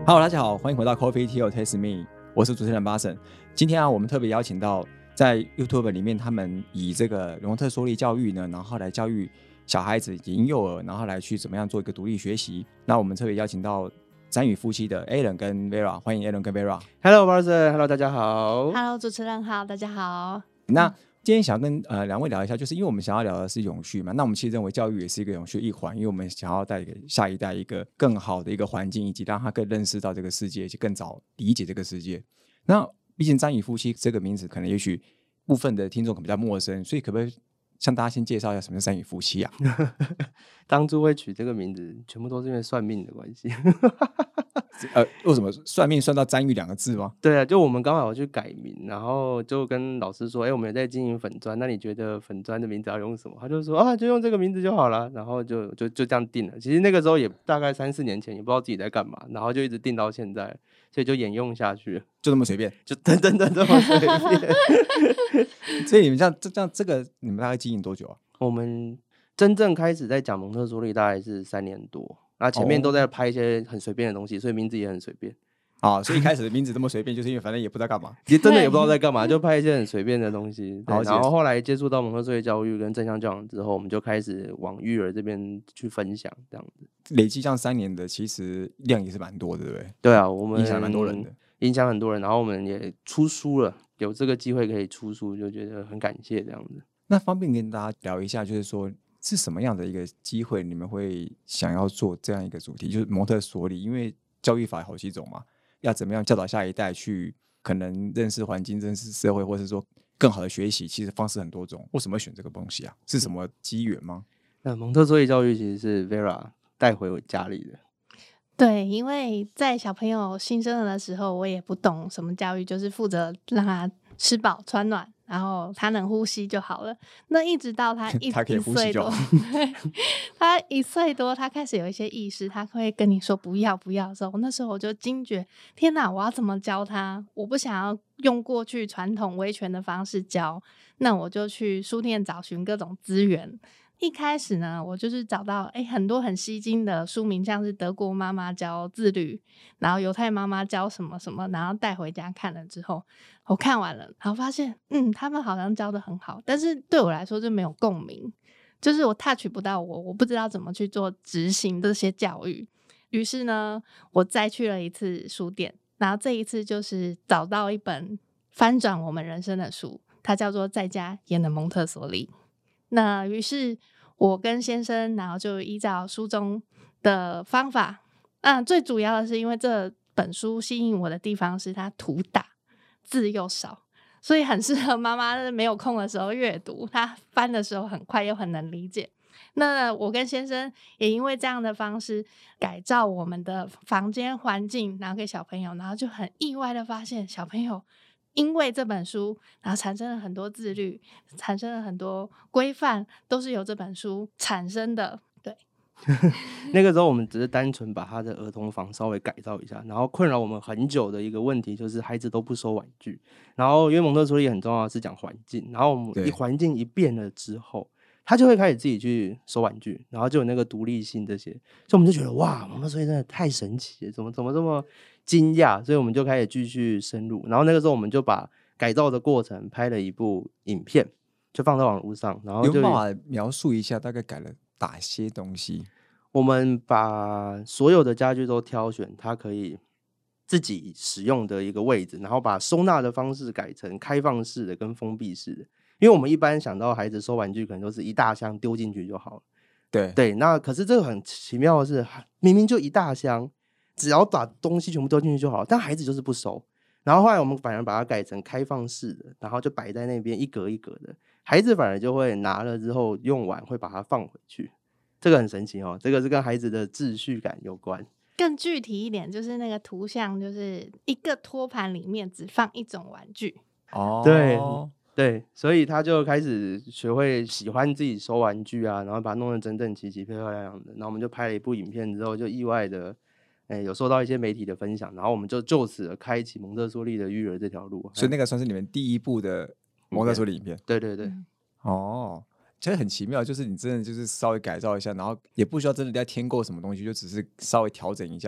Hello， 大家好，欢迎回到 Coffee Tea or Taste Me， 我是主持人巴神。今天我们特别邀请到在 YouTube 里面，他们以这个蒙特梭利教育呢，然后来教育小孩子以及婴幼儿，然后来去怎么样做一个独立学习。那我们特别邀请到詹宇夫妻的 Alan 跟 Vera， 欢迎 Alan 跟 Vera。Hello， 巴神 ，Hello， 大家好。 Hello， 主持人好，大家好。 那今天想跟两位聊一下，就是因为我们想要聊的是永续嘛，那我们其实认为教育也是一个永续一环，因为我们想要带给下一代一个更好的一个环境，以及让他更认识到这个世界，以及更早理解这个世界。那毕竟詹宇夫妻这个名字，可能也许部分的听众可能比较陌生，所以可不可以向大家先介绍一下什么是詹宇夫妻啊？ 当初会取这个名字，全部都是因为算命的关系。 为什么算命算到詹宇2个字吗？ 对啊，就我们刚好去改名，然后就跟老师说，我们也在经营粉专，那你觉得粉专的名字要用什么？他就说啊，就用这个名字就好了，然后就这样定了。其实那个时候也大概3-4年前，也不知道自己在干嘛，然后就一直定到现在，所以就沿用下去， 就这么随便， 就真的这么随便。 所以你们这个你们大概经营多久啊？ 我们真正开始在讲蒙特梭利大概是3年多。那前面都在拍一些很随便的东西，所以名字也很随便啊。所以一开始的名字这么随便，就是因为反正也不知道干嘛， 其实真的也不知道在干嘛，就拍一些很随便的东西。然后后来接触到蒙特梭利教育跟正向教养之后，我们就开始往育儿这边去分享，这样子。 累计这样3年的，其实量也是蛮多的，对不对？ 对啊，我们影响蛮多人的， 影响很多人。然后我们也出书了，有这个机会可以出书，就觉得很感谢这样子。 那方便跟大家聊一下，就是说是什么样的一个机会，你们会想要做这样一个主题，就是蒙特梭利，因为教育法好几种嘛，要怎么样教导下一代去可能认识环境、认识社会，或是说更好的学习，其实方式很多种。为什么选这个东西啊？是什么机缘吗？ 那蒙特梭利教育其实是 Vera 带回我家里的。 对，因为在小朋友新生儿的时候，我也不懂什么教育，就是负责让他吃饱穿暖，然后他能呼吸就好了。那一直到他他可以呼吸就好。 他1岁多，他开始有一些意识，他会跟你说不要不要的时候，那时候我就惊觉，天哪，我要怎么教他？我不想要用过去传统威权的方式教，那我就去书店找寻各种资源。一开始呢，我就是找到很多很吸睛的书名，像是德国妈妈教自律，然后犹太妈妈教什么什么，然后带回家看了之后，我看完了，然后发现他们好像教得很好，但是对我来说就没有共鸣，就是我 touch 不到我不知道怎么去做执行这些教育。于是呢，我再去了一次书店，然后这一次就是找到一本翻转我们人生的书，它叫做《在家也能蒙特梭利》。那于是我跟先生，然后就依照书中的方法，最主要的是因为这本书吸引我的地方是它图大，字又少，所以很适合妈妈没有空的时候阅读，它翻的时候很快又很能理解。那我跟先生也因为这样的方式改造我们的房间环境，然后给小朋友，然后就很意外的发现小朋友因为这本书，然后产生了很多自律，产生了很多规范，都是由这本书产生的。对， 那个时候我们只是单纯把他的儿童房稍微改造一下，然后困扰我们很久的一个问题就是孩子都不收玩具。然后因为蒙特梭利很重要的是讲环境，然后我们环境一变了之后，他就会开始自己去收玩具，然后就有那个独立性这些，所以我们就觉得哇，蒙特梭利真的太神奇了，怎么这么惊讶，所以我们就开始继续深入。然后那个时候我们就把改造的过程拍了一部影片，就放在网络上，然后就有办法描述一下大概改了哪些东西？ 我们把所有的家具都挑选它可以自己使用的一个位置，然后把收纳的方式改成开放式的跟封闭式的。因为我们一般想到孩子收玩具可能都是一大箱丢进去就好了，对，那可是这个很奇妙的是，明明就一大箱，只要把东西全部丢进去就好了，但孩子就是不收。然后后来我们反而把它改成开放式的，然后就摆在那边一格一格的，孩子反而就会拿了之后用完会把它放回去。这个很神奇哦，这个是跟孩子的秩序感有关。 更具体一点，就是那个图像，就是一个托盘里面只放一种玩具。 对，所以他就开始学会喜欢自己收玩具啊，然后把它弄得整整齐齐、漂漂亮亮的。然后我们就拍了一部影片之后，就意外的，有收到一些媒体的分享，然后我们就此开启蒙特梭利的育儿这条路。 所以那个算是你们第一部的蒙特梭利影片。 对对对。 其实很奇妙，就是你真的就是稍微改造一下，然后也不需要真的要添购什么东西，就只是稍微调整一下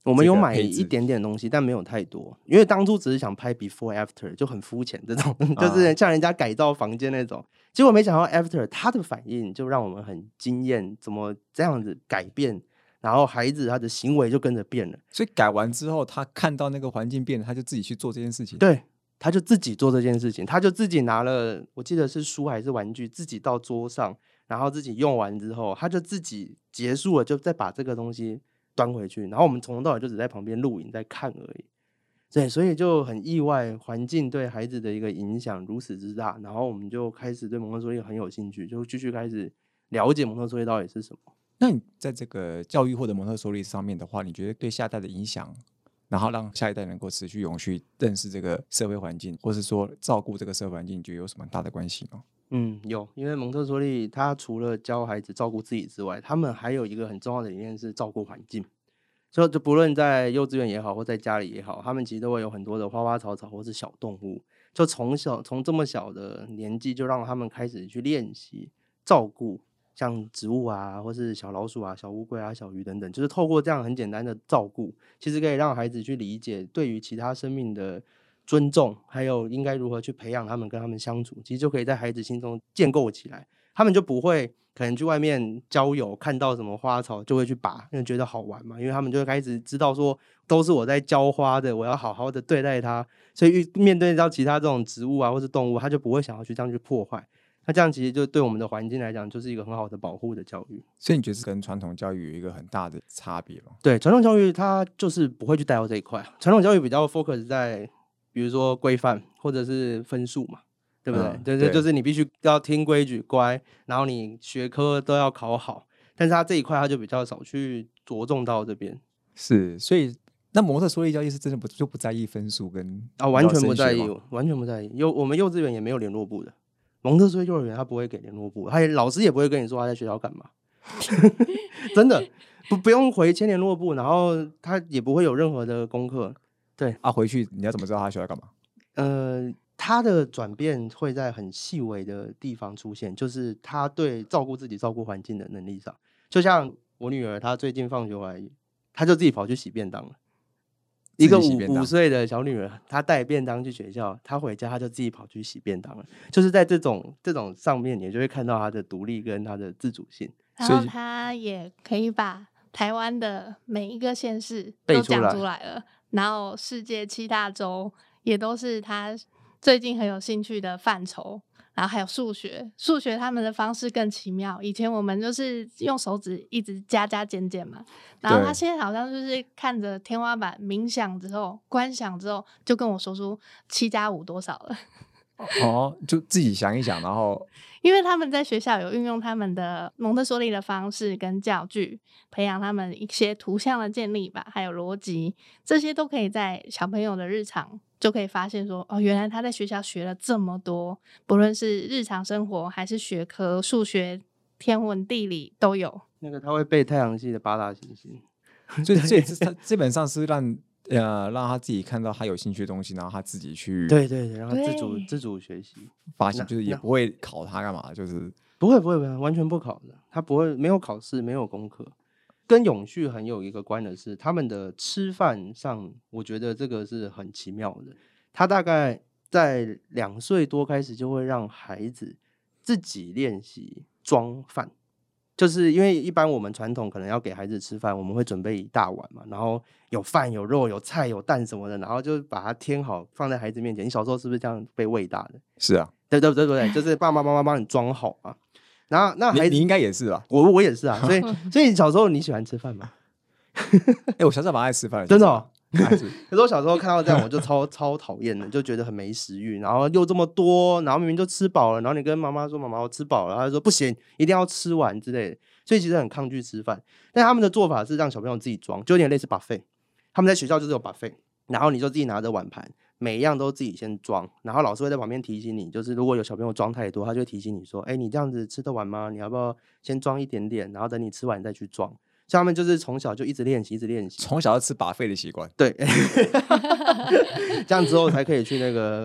我们有买一点点东西，但没有太多，因为当初只是想拍 before after， 就很肤浅这种，就是像人家改造房间那种。结果没想到 after 他的反应就让我们很惊艳，怎么这样子改变，然后孩子他的行为就跟着变了。 所以改完之后，他看到那个环境变了，他就自己去做这件事情。 对，他就自己做这件事情，他就自己拿了，我记得是书还是玩具，自己到桌上，然后自己用完之后，他就自己结束了，就再把这个东西端回去，然后我们从头到尾就只在旁边录影在看而已。对，所以就很意外，环境对孩子的一个影响如此之大，然后我们就开始对蒙特梭利很有兴趣，就继续开始了解蒙特梭利到底是什么。 那你在这个教育或者蒙特梭利上面的话，你觉得对下一代的影响，然后让下一代能够持续永续认识这个社会环境，或是说照顾这个社会环境，你觉得有什么很大的关系吗？ 有，因为蒙特梭利他除了教孩子照顾自己之外，他们还有一个很重要的理念是照顾环境。就不论在幼稚园也好，或在家里也好，他们其实都会有很多的花花草草或是小动物，就从这么小的年纪就让他们开始去练习照顾，像植物啊，或是小老鼠啊、小乌龟啊、小鱼等等，就是透过这样很简单的照顾，其实可以让孩子去理解对于其他生命的尊重，还有应该如何去培养他们跟他们相处，其实就可以在孩子心中建构起来，他们就不会可能去外面交友，看到什么花草就会去拔，因为觉得好玩嘛，因为他们就会开始知道说都是我在浇花的，我要好好的对待它，所以面对到其他这种植物啊或是动物，他就不会想要去这样去破坏。那这样其实就对我们的环境来讲，就是一个很好的保护的教育。 所以你觉得是跟传统教育有一个很大的差别吗？ 对，传统教育它就是不会去带到这一块，传统教育比较 focus 在比如说规范或者是分数嘛，对不对？就是你必须要听规矩乖，然后你学科都要考好，但是他这一块他就比较少去着重到这边。 是，所以那蒙特梭利教育是真的不在意分数跟完全不在意，完全不在意。我们幼稚园也没有联络部的，蒙特梭利幼儿园他不会给联络部，老师也不会跟你说他在学校干嘛，真的不用回签联络部，然后他也不会有任何的功课。对啊，回去你要怎么知道他学校干嘛？ 他的转变会在很细微的地方出现，就是他对照顾自己、照顾环境的能力上。就像我女儿，她最近放学回来，她就自己跑去洗便当了。一个5岁的小女儿，她带便当去学校，她回家她就自己跑去洗便当了。就是在这种上面，你就会看到她的独立跟她的自主性。 然后她也可以把台湾的每一个县市都讲出来了，然后世界7大洲也都是她最近很有兴趣的范畴。然后还有数学他们的方式更奇妙，以前我们就是用手指一直加减减嘛，然后他现在好像就是看着天花板冥想之后观想之后就跟我说出7+5多少了。 就自己想一想，然后因为他们在学校有运用他们的蒙特梭利的方式跟教具，培养他们一些图像的建立吧，还有逻辑，这些都可以在小朋友的日常就可以发现说，原来他在学校学了这么多，不论是日常生活还是学科，数学、天文、地理都有。 那个他会背太阳系的8大行星， 所以他基本上是让他自己看到他有兴趣的东西，然后他自己去对，然后自主学习， 发现就是也不会考他干嘛，就是不会完全不考的，他不会没有考试，没有功课。跟永续很有一个关的是，他们的吃饭上，我觉得这个是很奇妙的。他大概在2岁多开始就会让孩子自己练习装饭。就是因为一般我们传统可能要给孩子吃饭，我们会准备一大碗嘛，然后有饭有肉有菜有蛋什么的，然后就把它添好放在孩子面前。你小时候是不是这样被喂大的？ 是啊， 对，就是爸爸妈妈帮你装好嘛。然后那孩子你应该也是吧？ 我也是啊，所以小时候你喜欢吃饭吗？ 我小时候蛮爱吃饭的， 真的哦。 可是我小时候看到这样，我就超讨厌的，就觉得很没食欲，然后又这么多，然后明明就吃饱了，然后你跟妈妈说妈妈我吃饱了，她就说不行，一定要吃完之类的，所以其实很抗拒吃饭。但他们的做法是让小朋友自己装，就有点类似 buffet。他们在学校就是有 buffet， 然后你就自己拿着碗盘，每一样都自己先装，然后老师会在旁边提醒你，就是如果有小朋友装太多，他就会提醒你说，你这样子吃得完吗？你要不要先装一点点，然后等你吃完再去装。所以他们就是从小就一直练习， 从小要吃 buffet 的习惯。 对，这样之后才可以去那个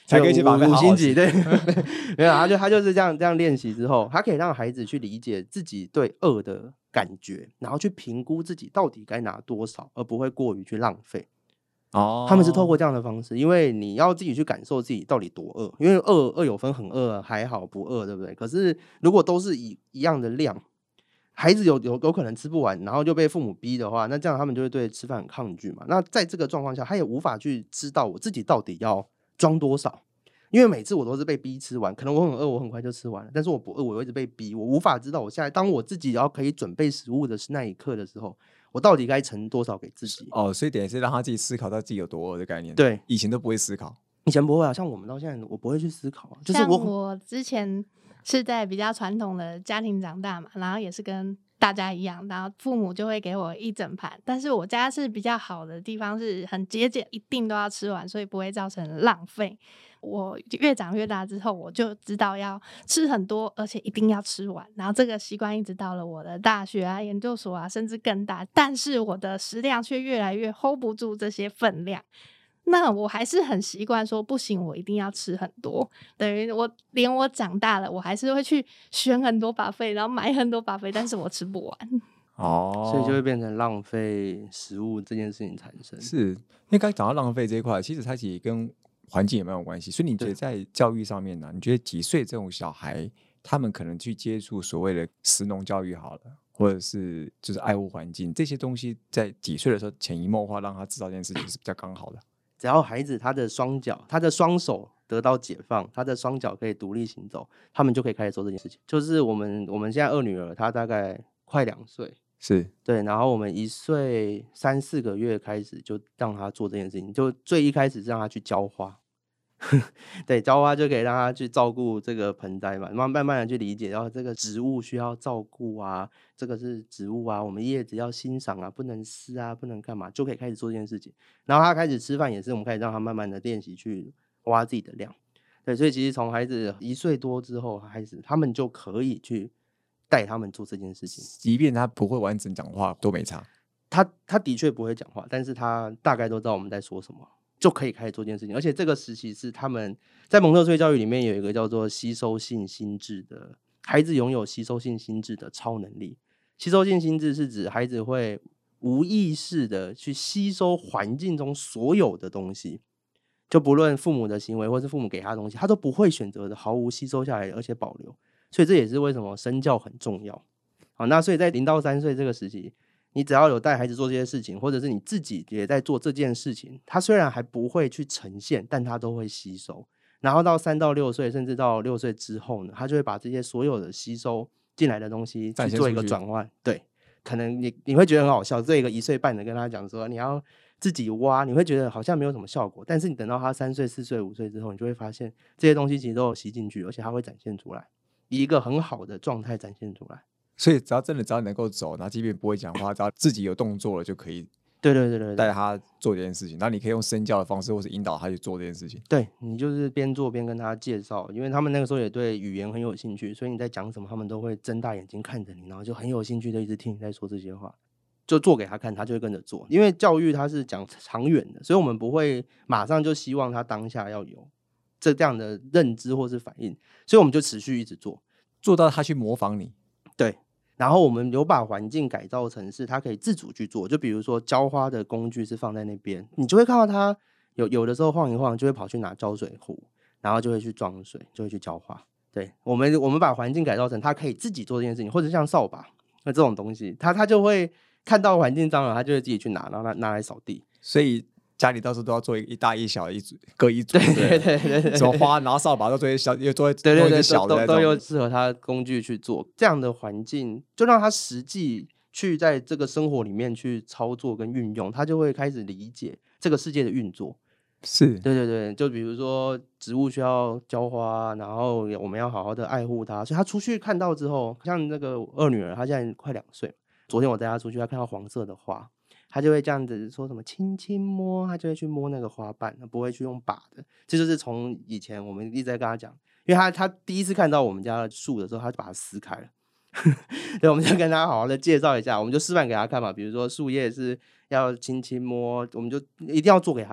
才可以去把 5星级，对，没有，他就是这样练习之后，他可以让孩子去理解自己对饿的感觉，然后去评估自己到底该拿多少，而不会过于去浪费。他们是透过这样的方式，因为你要自己去感受自己到底多饿，因为饿有分很饿还好不饿，对不对？可是如果都是一样的量，孩子有可能吃不完，然后就被父母逼的话，那这样他们就会对吃饭很抗拒嘛。那在这个状况下，他也无法去知道我自己到底要装多少，因为每次我都是被逼吃完，可能我很饿，我很快就吃完了，但是我不饿，我一直被逼，我无法知道我现在当我自己要可以准备食物的那一刻的时候，我到底该盛多少给自己。 所以等于是让他自己思考到自己有多饿的概念。 对， 以前都不会思考， 以前不会啊，像我们到现在，我不会去思考啊，就是像我之前是在比较传统的家庭长大嘛，然后也是跟大家一样，然后父母就会给我一整盘，但是我家是比较好的地方，是很节俭，一定都要吃完，所以不会造成浪费。我越长越大之后，我就知道要吃很多，而且一定要吃完。然后这个习惯一直到了我的大学啊、研究所啊，甚至更大，但是我的食量却越来越 hold 不住这些分量。那我还是很习惯说不行，我一定要吃很多。等于连我长大了，我还是会去选很多 buffet，然后买很多 buffet，但是我吃不完。 所以就会变成浪费食物这件事情产生。 是因为刚讲到浪费这一块，其实它也跟环境也蛮有关系。所以你觉得在教育上面呢，你觉得几岁这种小孩，他们可能去接触所谓的食农教育好了，或者是就是爱护环境这些东西，在几岁的时候潜移默化让他知道这件事情是比较刚好的。 只要孩子他的双脚、他的双手得到解放，他的双脚可以独立行走，他们就可以开始做这件事情。就是我们现在二女儿，她大概快2岁， 是对，然后我们1岁3、4个月开始就让她做这件事情，就最一开始是让她去浇花。对，浇花就可以让他去照顾这个盆栽嘛，慢慢的去理解，然后这个植物需要照顾啊，这个是植物啊，我们叶子要欣赏啊，不能撕啊，不能干嘛，就可以开始做这件事情。然后他开始吃饭也是，我们开始让他慢慢的练习去挖自己的量。对，所以其实从孩子1岁多之后开始，他们就可以去带他们做这件事情， 即便他不会完整讲话都没差。 他的确不会讲话，但是他大概都知道我们在说什么，就可以开始做这件事情。而且这个时期是他们在蒙特梭利教育里面有一个叫做吸收性心智的，孩子拥有吸收性心智的超能力。吸收性心智是指孩子会无意识的去吸收环境中所有的东西，就不论父母的行为或是父母给他的东西，他都不会选择的毫无吸收下来而且保留。所以这也是为什么身教很重要。好，那所以在0到3岁这个时期，你只要有带孩子做这些事情，或者是你自己也在做这件事情，他虽然还不会去呈现，但他都会吸收。然后到3到6岁，甚至到6岁之后呢，他就会把这些所有的吸收进来的东西去做一个转换。对，可能你会觉得很好笑，这个1岁半的跟他讲说你要自己挖，你会觉得好像没有什么效果，但是你等到他3岁、4岁、5岁之后，你就会发现这些东西其实都有吸进去，而且它会展现出来，以一个很好的状态展现出来。 所以只要能够走，然后即便不会讲话，只要自己有动作了就可以。 对， 带他做这件事情，然后你可以用身教的方式，或是引导他去做这件事情。 对，你就是边做边跟他介绍，因为他们那个时候也对语言很有兴趣，所以你在讲什么，他们都会睁大眼睛看着你，然后就很有兴趣的一直听你在说这些话，就做给他看，他就会跟着做。因为教育它是讲长远的，所以我们不会马上就希望他当下要有这样的认知或是反应，所以我们就持续一直做， 做到他去模仿你。 对。然后我们有把环境改造成是他可以自主去做，就比如说浇花的工具是放在那边，你就会看到他有的时候晃一晃就会跑去拿浇水壶，然后就会去装水，就会去浇花。对，我们把环境改造成他可以自己做这件事情，或者像扫把那这种东西，他就会看到环境脏了，他就会自己去拿，然后拿来扫地。 所以家里到时候都要做一大一小一组，各一组。 对， 什么花，然后扫把都做一小，又做对小的， 都有适合他工具去做。这样的环境就让他实际去在这个生活里面去操作跟运用，他就会开始理解这个世界的运作。 是， 对，就比如说植物需要浇花，然后我们要好好的爱护它。所以他出去看到之后，像那个二女儿，她现在快2岁，昨天我带她出去，她看到黄色的花，他就会这样子说什么轻轻摸，他就会去摸那个花瓣，他不会去用拔的。这就是从以前我们一直在跟他讲，因为他第一次看到我们家的树的时候，他就把它撕开了。对，我们就跟他好好的介绍一下，我们就示范给他看嘛。比如说树叶是要轻轻摸，我们就一定要做给他看。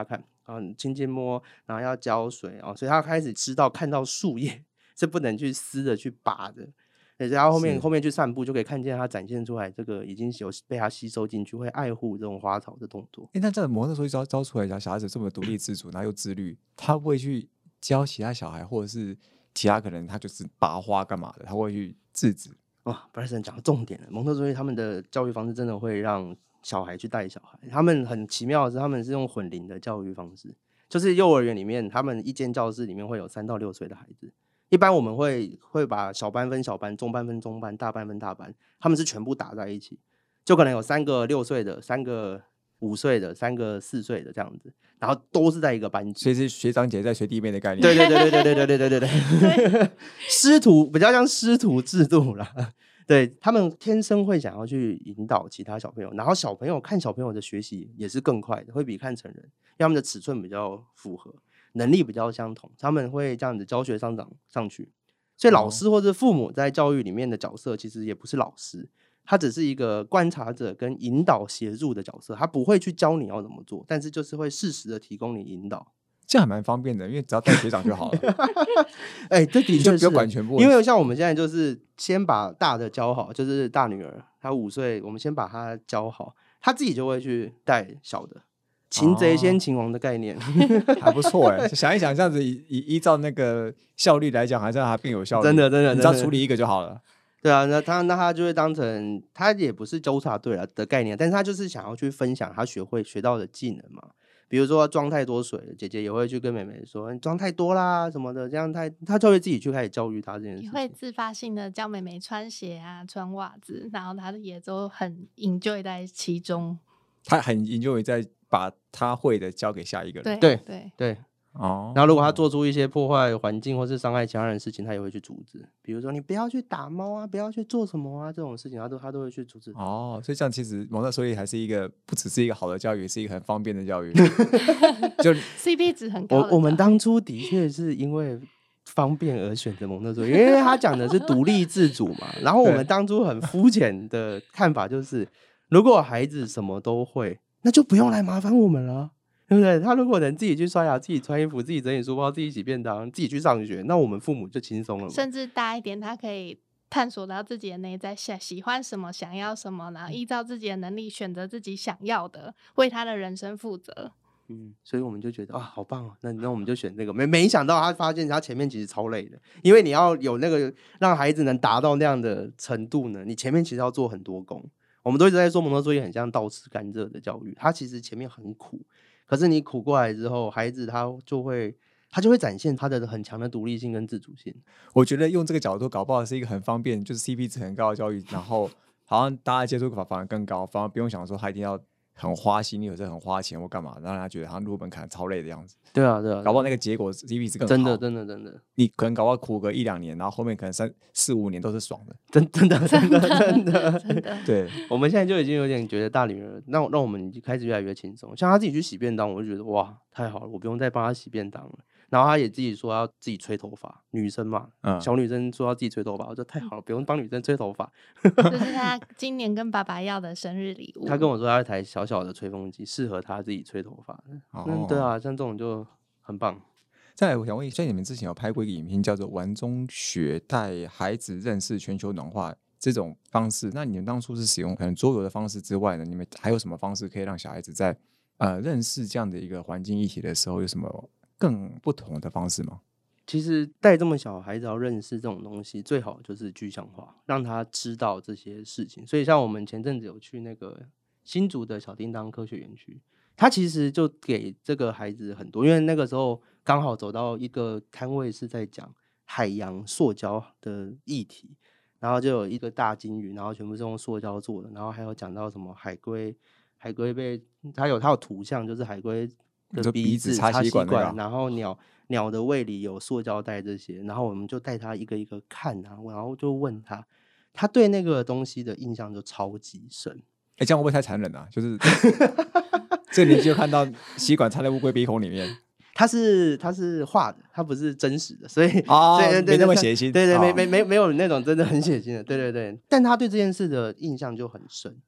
轻轻摸，然后要浇水所以他开始知道看到树叶是不能去撕的去拔的。然后后面去散步就可以看见他展现出来这个已经有被他吸收进去会爱护这种花草的动作。 那这样摩托车招出来小孩子这么独立自主然后又自律，他会去教其他小孩或者是其他可能他就是拔花干嘛的，他会去制止。 Bryson 讲重点了，蒙特梭利他们的教育方式真的会让小孩去带小孩。他们很奇妙的是他们是用混龄的教育方式，就是幼儿园里面他们一间教室里面会有3到6岁的孩子。一般我们会把小班分小班，中班分中班，大班分大班，他们是全部打在一起，就可能有3个6岁的，3个5岁的，3个4岁的这样子，然后都是在一个班级， 所以是学长姐在学弟妹的概念。 对，师徒比较像师徒制度啦。对，他们天生会想要去引导其他小朋友，然后小朋友看小朋友的学习也是更快的，会比看成人，因为他们的尺寸比较符合，能力比较相同，他们会这样子教学上去。所以老师或者父母在教育里面的角色其实也不是老师，他只是一个观察者跟引导协助的角色，他不会去教你要怎么做，但是就是会适时的提供你引导。 这样还蛮方便的，因为只要带学长就好了。 这的确是， 就不要管全部。 因为像我们现在就是先把大的教好，就是大女儿她5岁，我们先把她教好，她自己就会去带小的。擒贼先擒王的概念还不错想一想这样子依照那个效率来讲还是还更有效率。 真的你只要处理一个就好了。 对啊，那他就会当成他也不是纠察队的概念，但是他就是想要去分享他学到的技能嘛。比如说装太多水，姐姐也会去跟妹妹说你装太多啦什么的，这样他就会自己去开始教育他这件事情， 也会自发性的教妹妹穿鞋啊穿袜子，然后他也都很 enjoy 在其中， 他很 enjoy 在把他会的交给下一个人。 对然后如果他做出一些破坏环境或是伤害其他人的事情，他也会去阻止。比如说你不要去打猫啊，不要去做什么啊，这种事情他都会去阻止。 所以这样其实蒙特梭利还是一个不只是一个好的教育，也是一个很方便的教育。 就 CP 值很高。 我们当初的确是因为方便而选择蒙特梭利，因为他讲的是独立自主嘛。然后我们当初很肤浅的看法就是，如果孩子什么都会，那就不用来麻烦我们了。对不对？他如果能自己去刷牙、自己穿衣服、自己整理书包、自己洗便当、自己去上学，那我们父母就轻松了嘛。 甚至大一点，他可以探索到自己的内在，喜欢什么，想要什么，然后依照自己的能力选择自己想要的，为他的人生负责。 所以我们就觉得好棒哦，那我们就选这个。没想到他发现他前面其实超累的，因为你要有那个让孩子能达到那样的程度呢，你前面其实要做很多功。我们都一直在说蒙特梭利很像倒吃甘蔗的教育，他其实前面很苦。可是你苦过来之后，孩子他就会展现他的很强的独立性跟自主性。 我觉得用这个角度搞不好是一个很方便，就是 CP 值很高的教育，然后好像大家接触反而更高，反而不用想说他一定要很花心力或者很花钱或干嘛，让他觉得好像入门槛超累的样子。 对啊， 搞不好那个结果 CP 值更好。 真的， 你可能搞不好苦个1-2年，然后后面可能3、4、5年都是爽的。 真的。 对， 我们现在就已经有点觉得大女儿让我们开始越来越轻松，像她自己去洗便当，我就觉得哇太好了，我不用再帮她洗便当了。然后她也自己说要自己吹头发，女生嘛，小女生说要自己吹头发，我说太好了，不用帮女生吹头发。 这是她今年跟爸爸要的生日礼物。 她跟我说她有一台小小的吹风机，适合她自己吹头发。对啊，像这种就很棒。 再来，我想问一下，你们之前有拍过一个影片，叫做《玩中学带孩子认识全球暖化》这种方式。那你们当初是使用可能桌游的方式之外呢？你们还有什么方式可以让小孩子在认识这样的一个环境议题的时候，有什么更不同的方式吗？ 其实带这么小孩子要认识这种东西，最好就是具象化，让他知道这些事情。所以像我们前阵子有去那个新竹的小叮当科学园区，他其实就给这个孩子很多，因为那个时候刚好走到一个摊位是在讲海洋塑胶的议题，然后就有一个大金鱼，然后全部是用塑胶做的，然后还有讲到什么海龟被它有图像，就是海龟的鼻子插吸管，然后鸟的胃里有塑胶袋这些，然后我们就带他一个一个看然后就问他对那个东西的印象就超级深。 这样会不会太残忍啊？就是这个年纪就看到吸管插在乌龟鼻孔里面。 它是画的，它不是真实的，所以没那么血腥。 对，没有那种真的很血腥的，对。但他对这件事的印象就很深。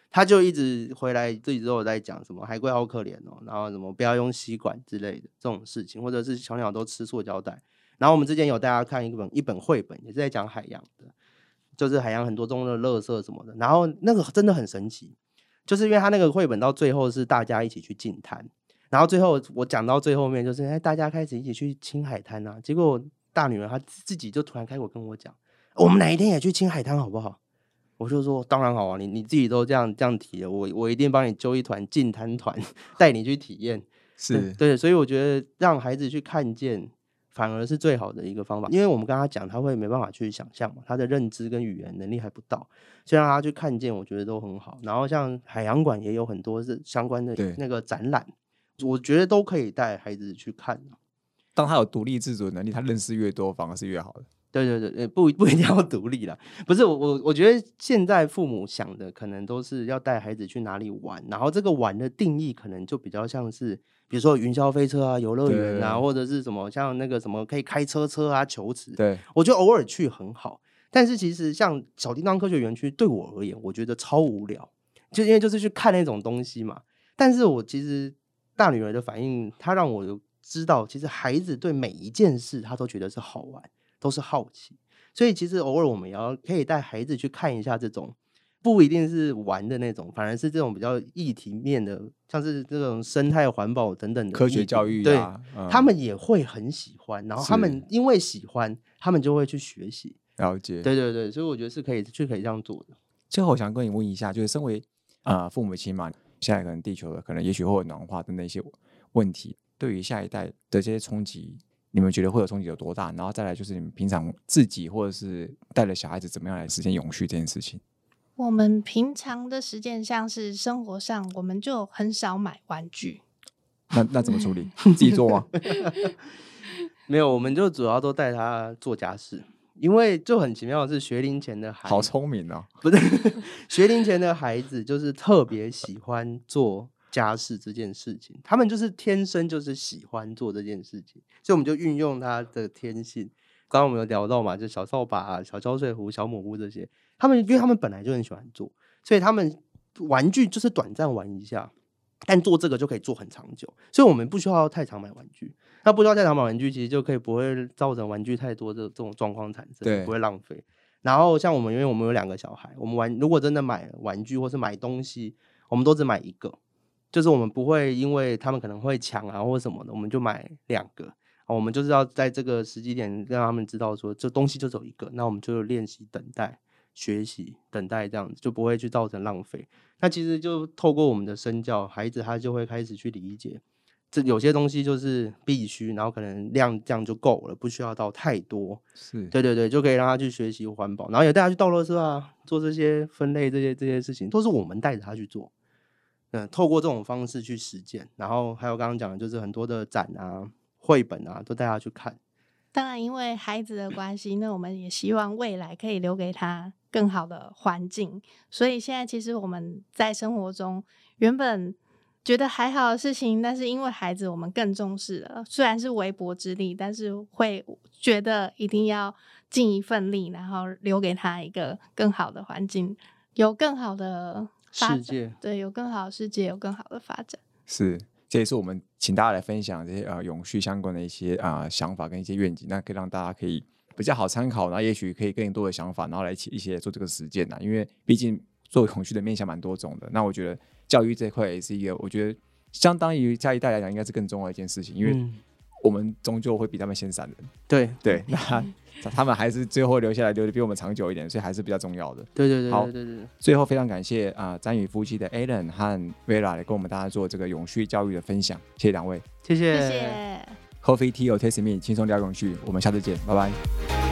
他就一直回来自己都有在讲什么海龟好可怜哦，然后什么不要用吸管之类的这种事情，或者是小鸟都吃塑胶袋。然后我们之前有带大家看一本绘本，也是在讲海洋的，就是海洋很多中的垃圾什么的。然后那个真的很神奇，就是因为他那个绘本到最后是大家一起去净滩，然后最后我讲到最后面就是大家开始一起去清海滩啊，结果大女儿她自己就突然开口跟我讲，我们哪一天也去清海滩好不好？我就说当然好啊，你自己都这样提了，我一定帮你揪一团净滩团带你去体验。 是对，所以我觉得让孩子去看见反而是最好的一个方法，因为我们跟他讲他会没办法去想象嘛，他的认知跟语言能力还不到，所以让他去看见我觉得都很好。然后像海洋馆也有很多是相关的那个展览，我觉得都可以带孩子去看。 当他有独立自主的能力，他认识越多反而是越好的。 对，不一定要独立啦，不是我觉得现在父母想的可能都是要带孩子去哪里玩，然后这个玩的定义可能就比较像是比如说云霄飞车啊、游乐园啊，或者是什么像那个什么可以开车啊、球池。 对， 我觉得偶尔去很好，但是其实像小叮当科学园区对我而言，我觉得超无聊，就因为就是去看那种东西嘛。但是我其实大女儿的反应，她让我有知道，其实孩子对每一件事他都觉得是好玩。都是好奇，所以其实偶尔我们也可以带孩子去看一下这种不一定是玩的那种，反而是这种比较议题面的，像是这种生态环保等等的科学教育啊，对，他们也会很喜欢，然后他们因为喜欢，他们就会去学习。 了解， 对，所以我觉得是可以这样做的。 最后我想跟你问一下，就是身为父母亲嘛，现在可能地球的可能也许会有暖化等等一些问题，对于下一代的这些冲击，你们觉得会有冲击有多大？然后再来就是你们平常自己或者是带着小孩子怎么样来实现永续这件事情？ 我们平常的实践像是生活上，我们就很少买玩具。 那怎么处理？自己做吗？ 没有，我们就主要都带他做家事，因为就很奇妙的是学龄前的孩子， 好聪明哦！ 不是学龄前的孩子就是特别喜欢做家事这件事情，他们就是天生就是喜欢做这件事情，所以我们就运用他的天性。刚刚我们有聊到嘛，就小扫把啊、小胶水壶、小抹布这些，因为他们本来就很喜欢做，所以他们玩具就是短暂玩一下，但做这个就可以做很长久，所以我们不需要太常买玩具。那不需要太常买玩具，其实就可以不会造成玩具太多的这种状况产生， 对， 不会浪费。然后像因为我们有2个小孩，我们如果真的买玩具或是买东西，我们都只买1个。就是我们不会因为他们可能会抢啊或什么的，我们就买2个。我们就是要在这个时机点让他们知道说，这东西就只有1个，那我们就练习等待、学习、等待，这样子就不会去造成浪费。那其实就透过我们的身教，孩子他就会开始去理解，这有些东西就是必须，然后可能量这样就够了，不需要到太多。 是， 对，就可以让他去学习环保，然后也带他去倒垃圾啊，做这些分类这些事情，都是我们带着他去做。透过这种方式去实践，然后还有刚刚讲的就是很多的展啊、绘本啊，都带他去看。 当然，因为孩子的关系，那我们也希望未来可以留给他更好的环境。所以现在其实我们在生活中原本觉得还好的事情，但是因为孩子，我们更重视了。虽然是微薄之力，但是会觉得一定要尽一份力，然后留给他一个更好的环境，有更好的世界， 对，有更好的世界，有更好的发展。是， 这也是我们请大家来分享这些永续相关的一些想法跟一些愿景，那可以让大家可以比较好参考，然后也许可以更多的想法，然后来一起做这个实践因为毕竟做永续的面向蛮多种的。那我觉得教育这一块也是一个，我觉得相当于下一代来讲应该是更重要的一件事情，因为我们终究会比他们先闪人。对，那他们还是最后留下来，留的比我们长久一点，所以还是比较重要的。 对。 好，最后非常感谢詹宇夫妻的 Alan 和 Vera 来跟我们大家做这个永续教育的分享，谢谢两位， 谢谢。 谢谢。 Coffee Tea or Taste Me， 轻松聊永续，我们下次见，拜拜。